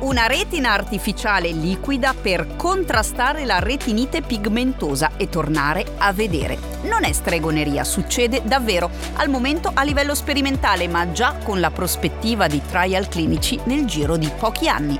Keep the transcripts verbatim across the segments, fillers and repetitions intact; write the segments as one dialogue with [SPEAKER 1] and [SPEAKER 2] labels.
[SPEAKER 1] Una retina artificiale liquida per contrastare la retinite pigmentosa e tornare a vedere. Non è stregoneria, succede davvero, al momento a livello sperimentale, ma già con la prospettiva di trial clinici nel giro di pochi anni.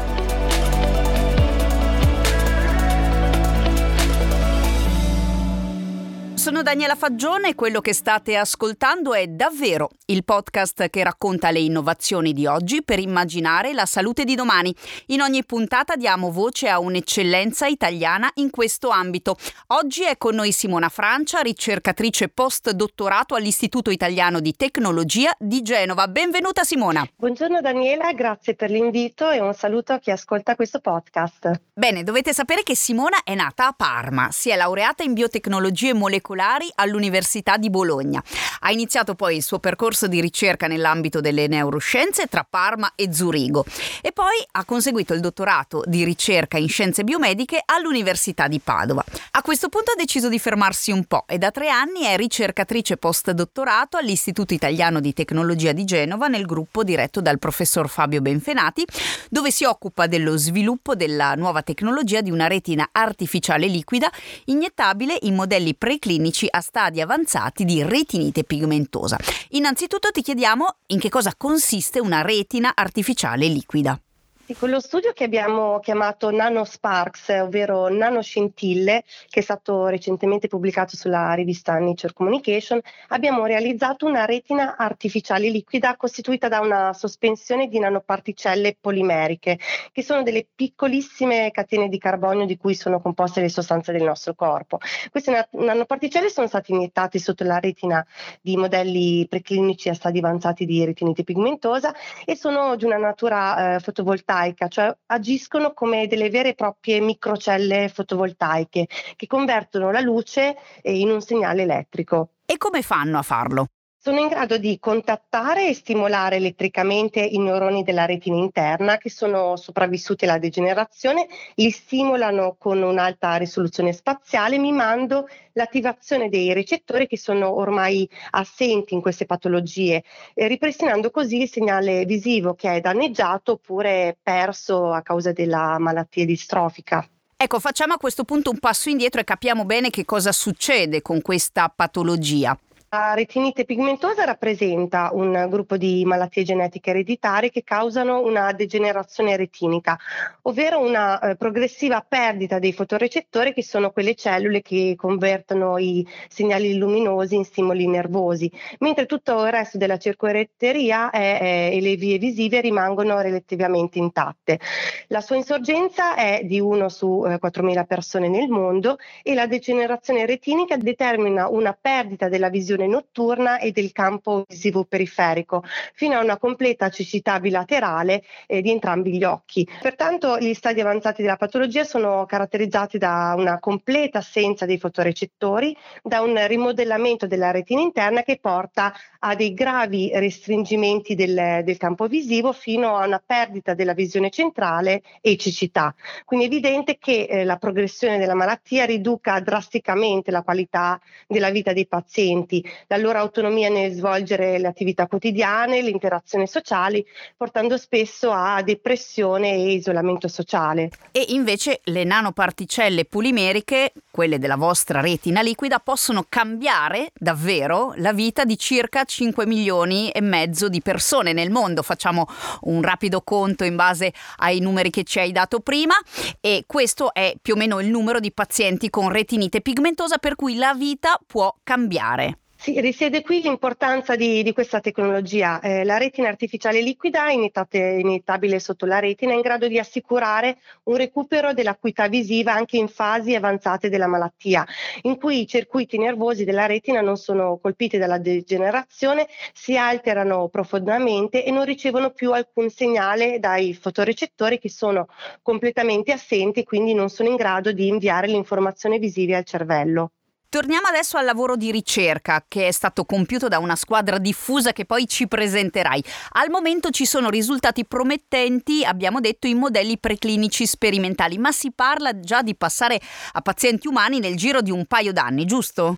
[SPEAKER 1] Sono Daniela Faggione e quello che state ascoltando è Davvero, il podcast che racconta le innovazioni di oggi per immaginare la salute di domani. In ogni puntata diamo voce a un'eccellenza italiana in questo ambito. Oggi è con noi Simona Francia, ricercatrice post-dottorato all'Istituto Italiano di Tecnologia di Genova. Benvenuta Simona.
[SPEAKER 2] Buongiorno Daniela, grazie per l'invito e un saluto a chi ascolta questo podcast.
[SPEAKER 1] Bene, dovete sapere che Simona è nata a Parma, si è laureata in biotecnologie molecolari all'Università di Bologna. Ha iniziato poi il suo percorso di ricerca nell'ambito delle neuroscienze tra Parma e Zurigo e poi ha conseguito il dottorato di ricerca in scienze biomediche all'Università di Padova. A questo punto ha deciso di fermarsi un po' e da tre anni è ricercatrice post-dottorato all'Istituto Italiano di Tecnologia di Genova nel gruppo diretto dal professor Fabio Benfenati, dove si occupa dello sviluppo della nuova tecnologia di una retina artificiale liquida iniettabile in modelli preclinici a stadi avanzati di retinite pigmentosa. Innanzitutto ti chiediamo in che cosa consiste una retina artificiale liquida.
[SPEAKER 2] Con lo studio che abbiamo chiamato Nanosparks, ovvero nanoscintille, che è stato recentemente pubblicato sulla rivista Nature Communication, abbiamo realizzato una retina artificiale liquida costituita da una sospensione di nanoparticelle polimeriche, che sono delle piccolissime catene di carbonio di cui sono composte le sostanze del nostro corpo. Queste nanoparticelle sono state iniettate sotto la retina di modelli preclinici a stadi avanzati di retinite pigmentosa e sono di una natura eh, fotovoltaica, cioè agiscono come delle vere e proprie microcelle fotovoltaiche che convertono la luce in un segnale elettrico.
[SPEAKER 1] E come fanno a farlo?
[SPEAKER 2] Sono in grado di contattare e stimolare elettricamente i neuroni della retina interna che sono sopravvissuti alla degenerazione, li stimolano con un'alta risoluzione spaziale mimando l'attivazione dei recettori che sono ormai assenti in queste patologie, eh, ripristinando così il segnale visivo che è danneggiato oppure perso a causa della malattia distrofica.
[SPEAKER 1] Ecco, facciamo a questo punto un passo indietro e capiamo bene che cosa succede con questa patologia.
[SPEAKER 2] La retinite pigmentosa rappresenta un gruppo di malattie genetiche ereditarie che causano una degenerazione retinica, ovvero una eh, progressiva perdita dei fotorecettori, che sono quelle cellule che convertono i segnali luminosi in stimoli nervosi, mentre tutto il resto della circuiteria è, è, e le vie visive rimangono relativamente intatte. La sua insorgenza è di uno su eh, quattromila persone nel mondo e la degenerazione retinica determina una perdita della visione notturna e del campo visivo periferico, fino a una completa cecità bilaterale eh, di entrambi gli occhi. Pertanto gli stadi avanzati della patologia sono caratterizzati da una completa assenza dei fotorecettori, da un rimodellamento della retina interna che porta a dei gravi restringimenti del, del campo visivo fino a una perdita della visione centrale e cecità. Quindi è evidente che eh, la progressione della malattia riduca drasticamente la qualità della vita dei pazienti, la loro autonomia nel svolgere le attività quotidiane, le interazioni sociali, portando spesso a depressione e isolamento sociale.
[SPEAKER 1] E invece le nanoparticelle polimeriche, quelle della vostra retina liquida, possono cambiare davvero la vita di circa cinque milioni e mezzo di persone nel mondo. Facciamo un rapido conto in base ai numeri che ci hai dato prima e questo è più o meno il numero di pazienti con retinite pigmentosa per cui la vita può cambiare.
[SPEAKER 2] Sì, risiede qui l'importanza di, di questa tecnologia. Eh, la retina artificiale liquida, iniettabile sotto la retina, è in grado di assicurare un recupero dell'acuità visiva anche in fasi avanzate della malattia, in cui i circuiti nervosi della retina non sono colpiti dalla degenerazione, si alterano profondamente e non ricevono più alcun segnale dai fotorecettori che sono completamente assenti, quindi non sono in grado di inviare le informazioni visive al cervello.
[SPEAKER 1] Torniamo adesso al lavoro di ricerca che è stato compiuto da una squadra diffusa che poi ci presenterai. Al momento ci sono risultati promettenti, abbiamo detto, in modelli preclinici sperimentali, ma si parla già di passare a pazienti umani nel giro di un paio d'anni, giusto?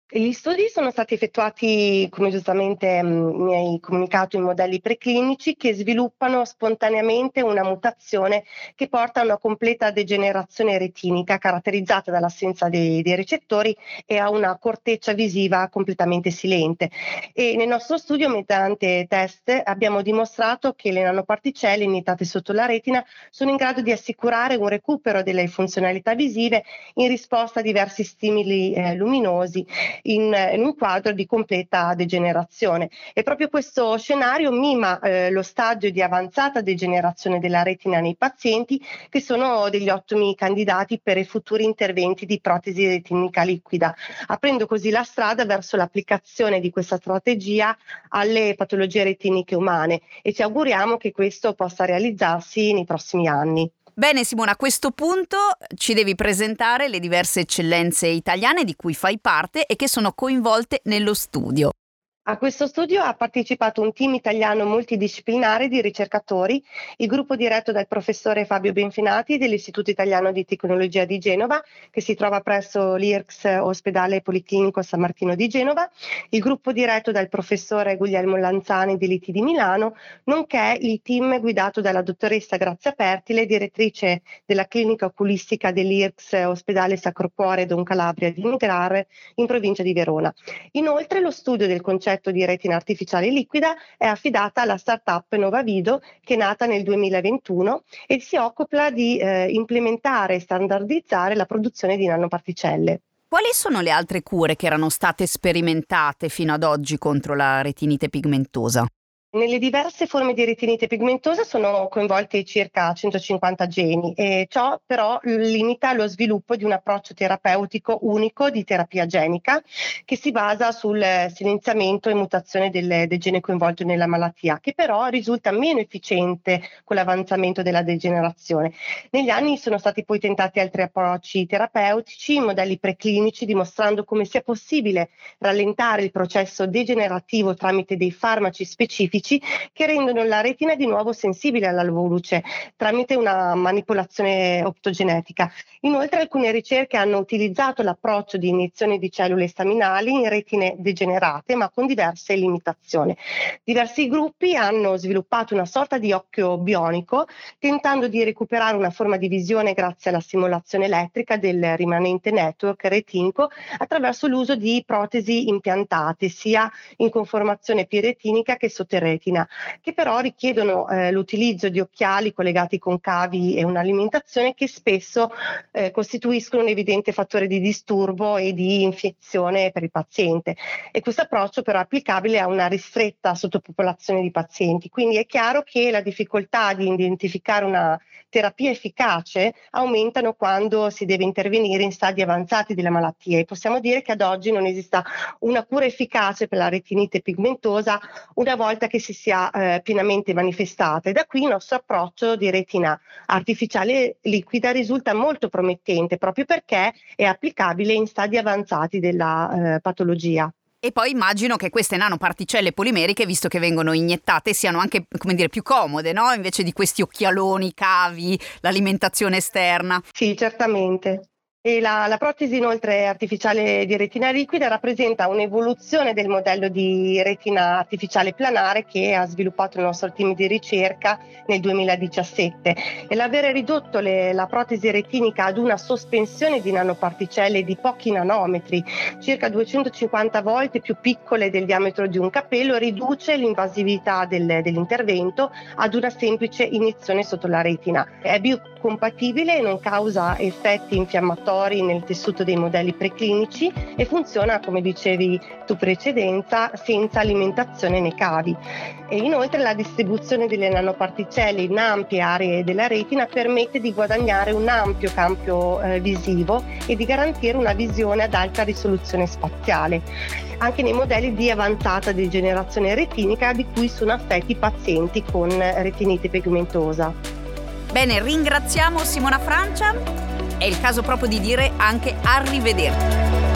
[SPEAKER 2] Gli studi sono stati effettuati, come giustamente mh, mi hai comunicato, in modelli preclinici che sviluppano spontaneamente una mutazione che porta a una completa degenerazione retinica caratterizzata dall'assenza dei, dei recettori e a una corteccia visiva completamente silente. E nel nostro studio, mediante test, abbiamo dimostrato che le nanoparticelle iniettate sotto la retina sono in grado di assicurare un recupero delle funzionalità visive in risposta a diversi stimoli eh, luminosi In, in un quadro di completa degenerazione. E proprio questo scenario mima eh, lo stadio di avanzata degenerazione della retina nei pazienti, che sono degli ottimi candidati per i futuri interventi di protesi retinica liquida, aprendo così la strada verso l'applicazione di questa strategia alle patologie retiniche umane, e ci auguriamo che questo possa realizzarsi nei prossimi anni.
[SPEAKER 1] Bene Simona, a questo punto ci devi presentare le diverse eccellenze italiane di cui fai parte e che sono coinvolte nello studio.
[SPEAKER 2] A questo studio ha partecipato un team italiano multidisciplinare di ricercatori, il gruppo diretto dal professore Fabio Benfinati dell'Istituto Italiano di Tecnologia di Genova, che si trova presso l'I R C S Ospedale Policlinico San Martino di Genova, il gruppo diretto dal professore Guglielmo Lanzani dell'I T di Milano, nonché il team guidato dalla dottoressa Grazia Pertile, direttrice della clinica oculistica dell'I R C S Ospedale Sacro Cuore Don Calabria di Nograr, in provincia di Verona. Inoltre lo studio del concetto di retina artificiale liquida è affidata alla startup Novavido, che è nata nel duemilaventuno e si occupa di eh, implementare e standardizzare la produzione di nanoparticelle.
[SPEAKER 1] Quali sono le altre cure che erano state sperimentate fino ad oggi contro la retinite pigmentosa?
[SPEAKER 2] Nelle diverse forme di retinite pigmentosa sono coinvolti circa centocinquanta geni, e ciò però limita lo sviluppo di un approccio terapeutico unico di terapia genica che si basa sul silenziamento e mutazione del, del gene coinvolto nella malattia, che però risulta meno efficiente con l'avanzamento della degenerazione. Negli anni sono stati poi tentati altri approcci terapeutici in modelli preclinici, dimostrando come sia possibile rallentare il processo degenerativo tramite dei farmaci specifici che rendono la retina di nuovo sensibile alla luce tramite una manipolazione optogenetica. Inoltre alcune ricerche hanno utilizzato l'approccio di iniezione di cellule staminali in retine degenerate, ma con diverse limitazioni. Diversi gruppi hanno sviluppato una sorta di occhio bionico, tentando di recuperare una forma di visione grazie alla stimolazione elettrica del rimanente network retinico attraverso l'uso di protesi impiantate sia in conformazione piretinica che sotterranea, che però richiedono eh, l'utilizzo di occhiali collegati con cavi e un'alimentazione che spesso eh, costituiscono un evidente fattore di disturbo e di infezione per il paziente. E questo approccio però è applicabile a una ristretta sottopopolazione di pazienti, quindi è chiaro che la difficoltà di identificare una terapia efficace aumentano quando si deve intervenire in stadi avanzati della malattia, e possiamo dire che ad oggi non esista una cura efficace per la retinite pigmentosa una volta che si sia eh, pienamente manifestata, e da qui il nostro approccio di retina artificiale liquida risulta molto promettente proprio perché è applicabile in stadi avanzati della eh, patologia.
[SPEAKER 1] E poi immagino che queste nanoparticelle polimeriche, visto che vengono iniettate, siano anche, come dire, più comode, no? Invece di questi occhialoni, cavi, l'alimentazione esterna.
[SPEAKER 2] Sì, certamente. E la, la protesi inoltre artificiale di retina liquida rappresenta un'evoluzione del modello di retina artificiale planare che ha sviluppato il nostro team di ricerca nel duemiladiciassette, e l'avere ridotto le, la protesi retinica ad una sospensione di nanoparticelle di pochi nanometri, circa duecentocinquanta volte più piccole del diametro di un capello, riduce l'invasività del, dell'intervento ad una semplice iniezione sotto la retina. È biocompatibile e non causa effetti infiammatori nel tessuto dei modelli preclinici e funziona, come dicevi tu precedenza, senza alimentazione nei cavi. E inoltre la distribuzione delle nanoparticelle in ampie aree della retina permette di guadagnare un ampio campo eh, visivo e di garantire una visione ad alta risoluzione spaziale, anche nei modelli di avanzata degenerazione retinica di cui sono affetti i pazienti con retinite pigmentosa.
[SPEAKER 1] Bene, ringraziamo Simona Francia. È il caso proprio di dire anche arrivederci.